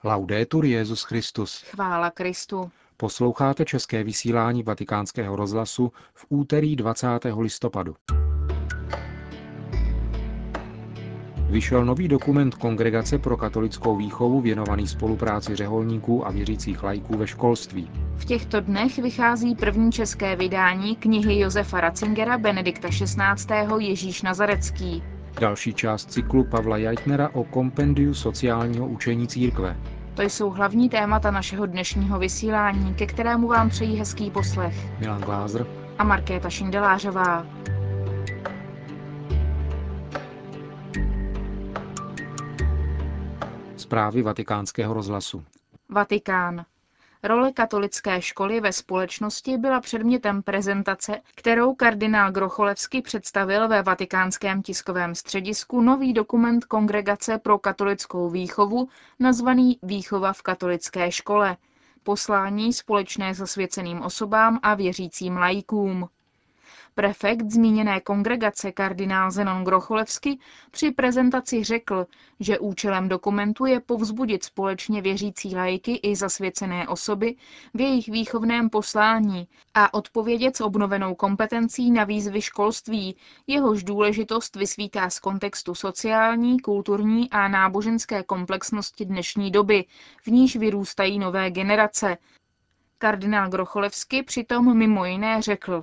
Laudetur Jesus Christus. Chvála Kristu. Posloucháte české vysílání Vatikánského rozhlasu v úterý 20. listopadu. Vyšel nový dokument Kongregace pro katolickou výchovu věnovaný spolupráci řeholníků a věřících laiků ve školství. V těchto dnech vychází první české vydání knihy Josefa Ratzingera Benedikta XVI. Ježíš Nazarecký. Další část cyklu Pavla Jaitnera o kompendiu sociálního učení církve. To jsou hlavní témata našeho dnešního vysílání, ke kterému vám přejí hezký poslech Milan Glázer a Markéta Šindelářová. Zprávy Vatikánského rozhlasu. Vatikán. Role katolické školy ve společnosti byla předmětem prezentace, kterou kardinál Grocholevský představil ve Vatikánském tiskovém středisku nový dokument Kongregace pro katolickou výchovu nazvaný Výchova v katolické škole. Poslání společné zasvěceným osobám a věřícím laikům. Prefekt zmíněné kongregace kardinál Zenon Grocholevský při prezentaci řekl, že účelem dokumentu je povzbudit společně věřící laiky i zasvěcené osoby v jejich výchovném poslání a odpovědět s obnovenou kompetencí na výzvy školství, jehož důležitost vysvítá z kontextu sociální, kulturní a náboženské komplexnosti dnešní doby, v níž vyrůstají nové generace. Kardinál Grocholevský přitom mimo jiné řekl: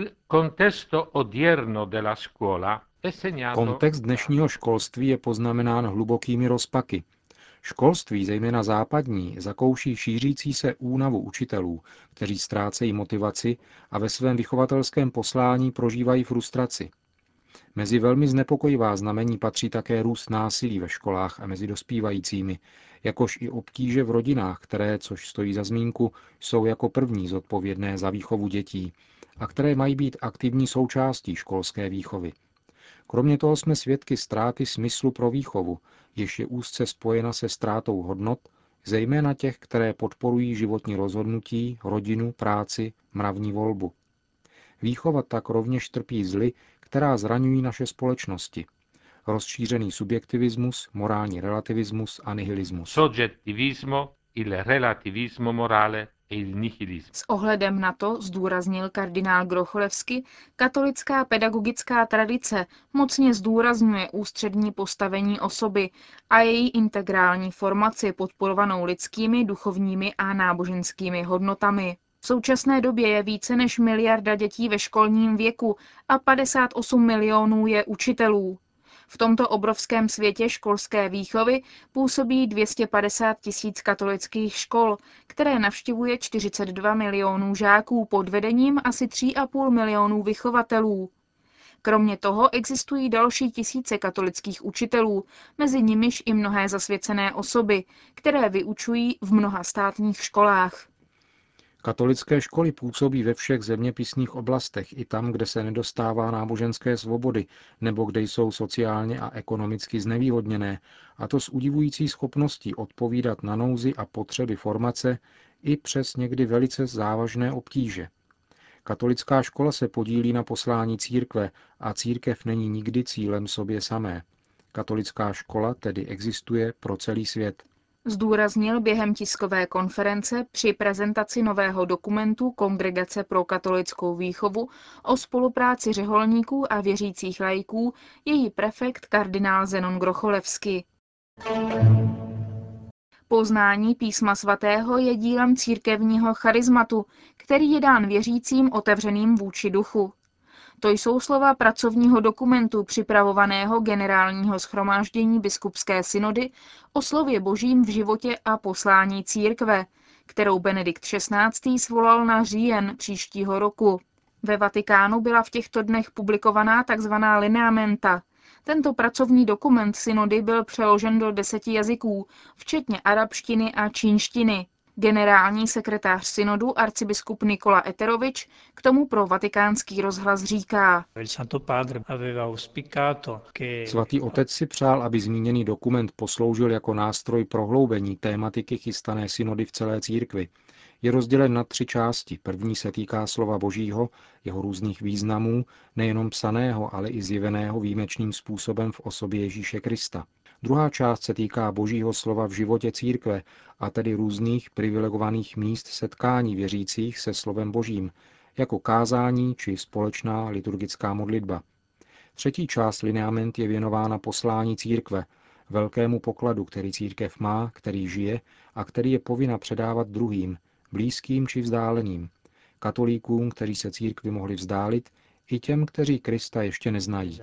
Kontext dnešního školství je poznamenán hlubokými rozpaky. Školství, zejména západní, zakouší šířící se únavu učitelů, kteří ztrácejí motivaci a ve svém vychovatelském poslání prožívají frustraci. Mezi velmi znepokojivá znamení patří také růst násilí ve školách a mezi dospívajícími, jakož i obtíže v rodinách, které, což stojí za zmínku, jsou jako první zodpovědné za výchovu dětí a které mají být aktivní součástí školské výchovy. Kromě toho jsme svědky ztráty smyslu pro výchovu, jež je úzce spojena se ztrátou hodnot, zejména těch, které podporují životní rozhodnutí, rodinu, práci, mravní volbu. Výchova tak rovněž trpí zly, která zraňují naše společnosti. Rozšířený subjektivismus, morální relativismus a nihilismus. S ohledem na to, zdůraznil kardinál Grocholevský, katolická pedagogická tradice mocně zdůrazňuje ústřední postavení osoby a její integrální formaci podporovanou lidskými, duchovními a náboženskými hodnotami. V současné době je více než 1 miliarda dětí ve školním věku a 58 milionů je učitelů. V tomto obrovském světě školské výchovy působí 250 000 katolických škol, které navštěvuje 42 milionů žáků pod vedením asi 3,5 milionů vychovatelů. Kromě toho existují další tisíce katolických učitelů, mezi nimiž i mnohé zasvěcené osoby, které vyučují v mnoha státních školách. Katolické školy působí ve všech zeměpisných oblastech, i tam, kde se nedostává náboženské svobody, nebo kde jsou sociálně a ekonomicky znevýhodněné, a to s udivující schopností odpovídat na nouzi a potřeby formace i přes někdy velice závažné obtíže. Katolická škola se podílí na poslání církve a církev není nikdy cílem sobě samé. Katolická škola tedy existuje pro celý svět. Zdůraznil během tiskové konference při prezentaci nového dokumentu Kongregace pro katolickou výchovu o spolupráci řeholníků a věřících laiků její prefekt kardinál Zenon Grocholevský. Poznání písma svatého je dílem církevního charizmatu, který je dán věřícím otevřeným vůči duchu. To jsou slova pracovního dokumentu připravovaného generálního shromáždění biskupské synody o slově Božím v životě a poslání církve, kterou Benedikt XVI. Svolal na říjen příštího roku. Ve Vatikánu byla v těchto dnech publikovaná tzv. Lineamenta. Tento pracovní dokument synody byl přeložen do 10 jazyků, včetně arabštiny a čínštiny. Generální sekretář synodu arcibiskup Nikola Eterovič k tomu pro Vatikánský rozhlas říká: Svatý otec si přál, aby zmíněný dokument posloužil jako nástroj prohloubení tématiky chystané synody v celé církvi. Je rozdělen na 3 části. První se týká slova Božího, jeho různých významů, nejenom psaného, ale i zjeveného výjimečným způsobem v osobě Ježíše Krista. Druhá část se týká Božího slova v životě církve, a tedy různých privilegovaných míst setkání věřících se slovem Božím, jako kázání či společná liturgická modlitba. Třetí část lineament je věnována poslání církve, velkému pokladu, který církev má, který žije a který je povinna předávat druhým, blízkým či vzdáleným, katolíkům, kteří se církvi mohli vzdálit, i těm, kteří Krista ještě neznají.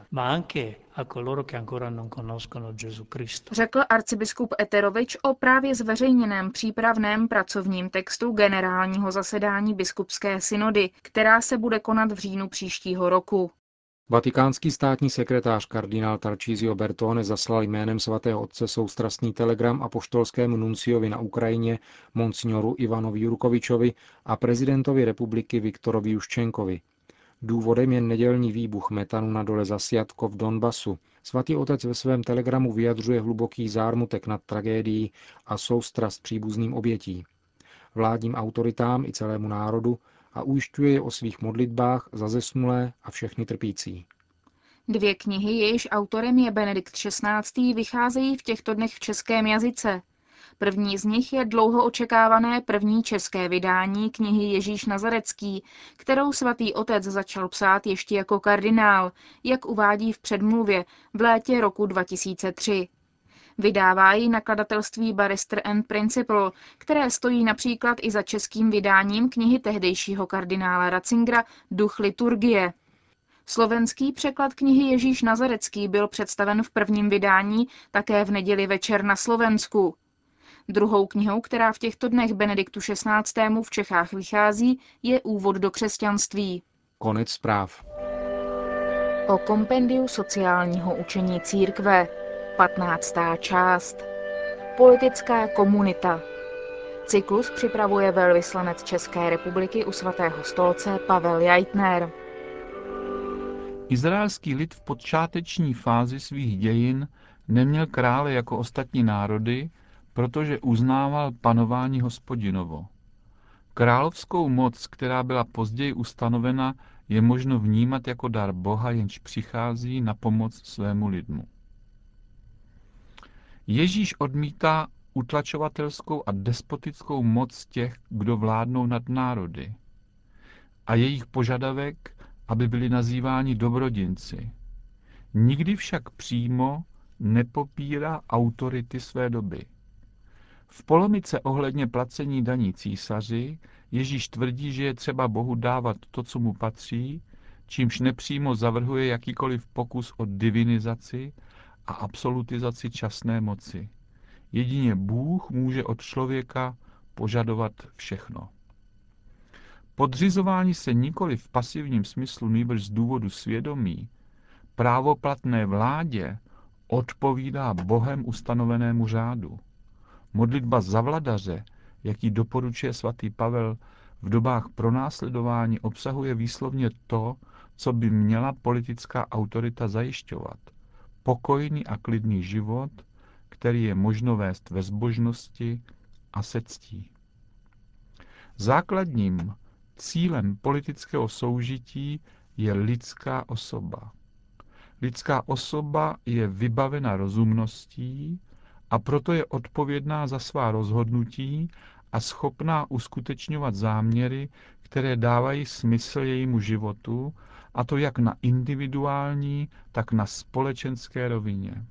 Řekl arcibiskup Eterovič o právě zveřejněném přípravném pracovním textu generálního zasedání biskupské synody, která se bude konat v říjnu příštího roku. Vatikánský státní sekretář kardinál Tarcísio Bertone zaslal jménem svatého otce soustrastný telegram apoštolskému nunciovi na Ukrajině monsignoru Ivanovi Jurkovičovi a prezidentovi republiky Viktorovi Juščenkovi. Důvodem je nedělní výbuch metanu na dole Zasjatko v Donbasu. Svatý otec ve svém telegramu vyjadřuje hluboký zármutek nad tragédií a soustrast příbuzným obětí, vládním autoritám i celému národu a ujišťuje je o svých modlitbách za zesnulé a všechny trpící. 2 knihy, jejichž autorem je Benedikt XVI., vycházejí v těchto dnech v českém jazyce. První z nich je dlouho očekávané první české vydání knihy Ježíš Nazarecký, kterou svatý otec začal psát ještě jako kardinál, jak uvádí v předmluvě v létě roku 2003. Vydává ji nakladatelství Barrister and Principal, které stojí například i za českým vydáním knihy tehdejšího kardinála Ratzingera Duch liturgie. Slovenský překlad knihy Ježíš Nazarecký byl představen v prvním vydání také v neděli večer na Slovensku. Druhou knihou, která v těchto dnech Benediktu XVI. V Čechách vychází, je Úvod do křesťanství. Konec zpráv. O kompendiu sociálního učení církve. 15. část. Politická komunita. Cyklus připravuje velvyslanec České republiky u Svatého stolce Pavel Jajtner. Izraelský lid v počáteční fázi svých dějin neměl krále jako ostatní národy, protože uznával panování Hospodinovo. Královskou moc, která byla později ustanovena, je možno vnímat jako dar Boha, jenž přichází na pomoc svému lidu. Ježíš odmítá utlačovatelskou a despotickou moc těch, kdo vládnou nad národy, a jejich požadavek, aby byli nazýváni dobrodinci. Nikdy však přímo nepopírá autority své doby. V polemice ohledně placení daní císaři Ježíš tvrdí, že je třeba Bohu dávat to, co mu patří, čímž nepřímo zavrhuje jakýkoliv pokus o divinizaci a absolutizaci časné moci. Jedině Bůh může od člověka požadovat všechno. Podřizování se nikoli v pasivním smyslu, nýbrž z důvodu svědomí, právoplatné vládě odpovídá Bohem ustanovenému řádu. Modlitba za vladaře, jaký doporučuje svatý Pavel v dobách pronásledování, obsahuje výslovně to, co by měla politická autorita zajišťovat. Pokojný a klidný život, který je možno vést ve zbožnosti a se ctí. Základním cílem politického soužití je lidská osoba. Lidská osoba je vybavena rozumností a proto je odpovědná za svá rozhodnutí a schopná uskutečňovat záměry, které dávají smysl jejímu životu, a to jak na individuální, tak na společenské rovině.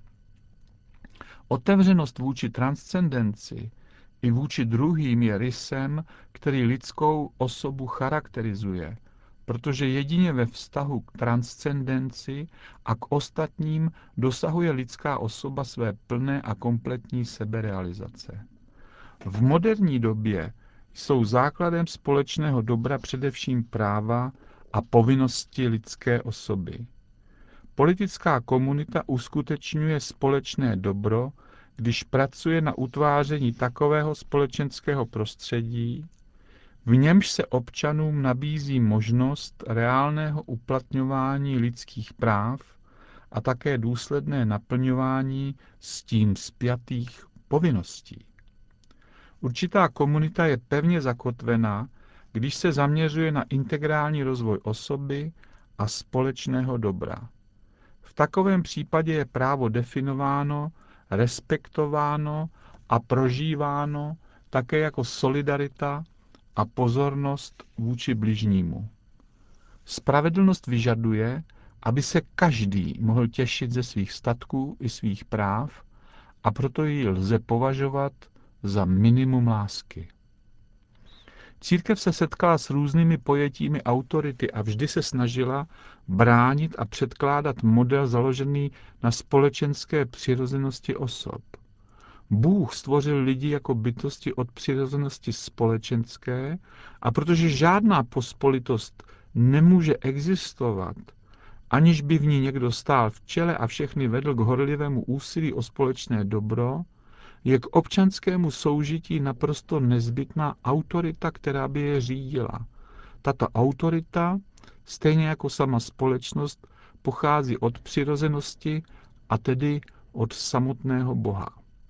Otevřenost vůči transcendenci i vůči druhým je rysem, který lidskou osobu charakterizuje, protože jedině ve vztahu k transcendenci a k ostatním dosahuje lidská osoba své plné a kompletní seberealizace. V moderní době jsou základem společného dobra především práva a povinnosti lidské osoby. Politická komunita uskutečňuje společné dobro, když pracuje na utváření takového společenského prostředí, v němž se občanům nabízí možnost reálného uplatňování lidských práv a také důsledné naplňování s tím spjatých povinností. Určitá komunita je pevně zakotvená, když se zaměřuje na integrální rozvoj osoby a společného dobra. V takovém případě je právo definováno respektováno a prožíváno také jako solidarita a pozornost vůči bližnímu. Spravedlnost vyžaduje, aby se každý mohl těšit ze svých statků i svých práv, a proto ji lze považovat za minimum lásky. Církev se setkala s různými pojetími autority a vždy se snažila bránit a předkládat model založený na společenské přirozenosti osob. Bůh stvořil lidi jako bytosti od přirozenosti společenské, a protože žádná pospolitost nemůže existovat, aniž by v ní někdo stál v čele a všechny vedl k horlivému úsilí o společné dobro, je k občanskému soužití naprosto nezbytná autorita, která by je řídila. Tato autorita, stejně jako sama společnost, pochází od přirozenosti, a tedy od samotného Boha.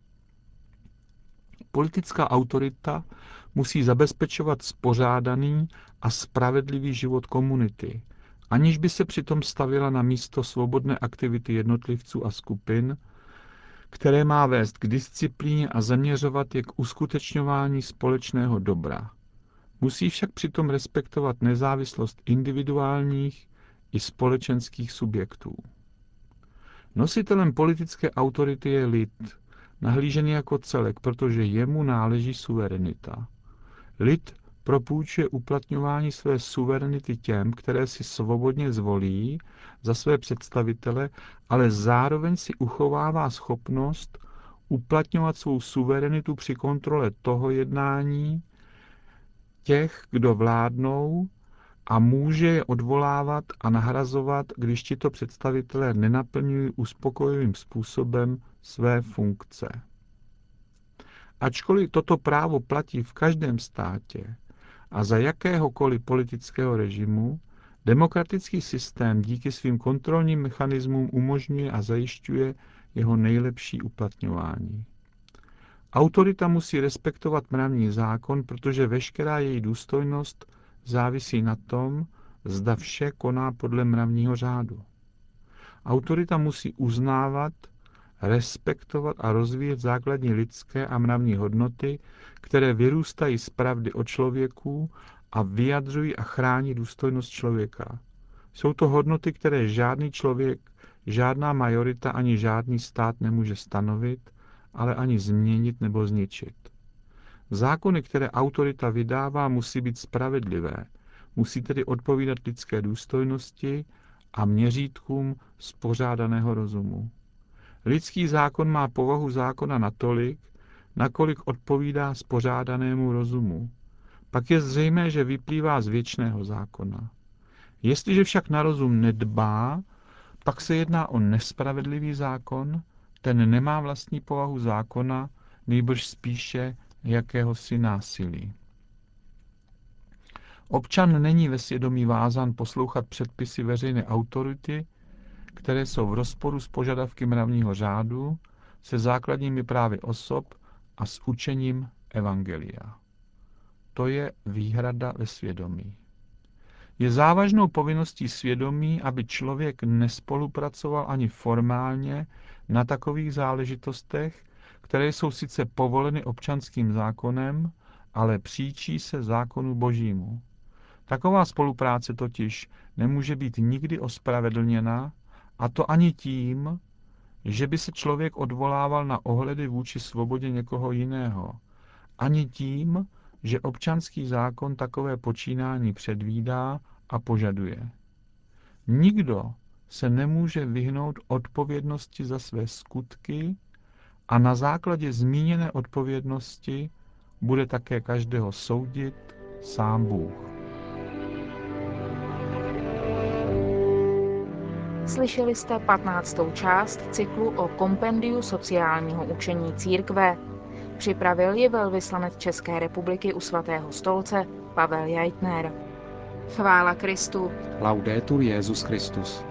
Politická autorita musí zabezpečovat spořádaný a spravedlivý život komunity, aniž by se přitom stavěla na místo svobodné aktivity jednotlivců a skupin, které má vést k disciplíně a zaměřovat je k uskutečňování společného dobra. Musí však přitom respektovat nezávislost individuálních i společenských subjektů. Nositelem politické autority je lid, nahlížený jako celek, protože jemu náleží suverenita. Lid propůjčuje uplatňování své suverenity těm, které si svobodně zvolí za své představitele, ale zároveň si uchovává schopnost uplatňovat svou suverenitu při kontrole toho jednání těch, kdo vládnou, a může je odvolávat a nahrazovat, když tito představitelé nenaplňují uspokojivým způsobem své funkce. Ačkoliv toto právo platí v každém státě a za jakéhokoliv politického režimu, demokratický systém díky svým kontrolním mechanismům umožňuje a zajišťuje jeho nejlepší uplatňování. Autorita musí respektovat mravní zákon, protože veškerá její důstojnost závisí na tom, zda vše koná podle mravního řádu. Autorita musí uznávat, respektovat a rozvíjet základní lidské a mravní hodnoty, které vyrůstají z pravdy o člověku a vyjadřují a chrání důstojnost člověka. Jsou to hodnoty, které žádný člověk, žádná majorita ani žádný stát nemůže stanovit, ale ani změnit nebo zničit. Zákony, které autorita vydává, musí být spravedlivé, musí tedy odpovídat lidské důstojnosti a měřítkům spořádaného rozumu. Lidský zákon má povahu zákona natolik, nakolik odpovídá spořádanému rozumu. Pak je zřejmé, že vyplývá z věčného zákona. Jestliže však na rozum nedbá, pak se jedná o nespravedlivý zákon, ten nemá vlastní povahu zákona, nýbrž spíše jakéhosi násilí. Občan není ve svědomí vázán poslouchat předpisy veřejné autority, které jsou v rozporu s požadavky mravního řádu, se základními právy osob a s učením evangelia. To je výhrada ve svědomí. Je závažnou povinností svědomí, aby člověk nespolupracoval ani formálně na takových záležitostech, které jsou sice povoleny občanským zákonem, ale příčí se zákonu božímu. Taková spolupráce totiž nemůže být nikdy ospravedlněna, a to ani tím, že by se člověk odvolával na ohledy vůči svobodě někoho jiného, ani tím, že občanský zákon takové počínání předvídá a požaduje. Nikdo se nemůže vyhnout odpovědnosti za své skutky a na základě zmíněné odpovědnosti bude také každého soudit sám Bůh. Slyšeli jste 15. část cyklu o kompendiu sociálního učení církve. Připravil ji velvyslanec České republiky u Svatého stolce Pavel Jajtner. Chvála Kristu. Laudetur Jesus Christus.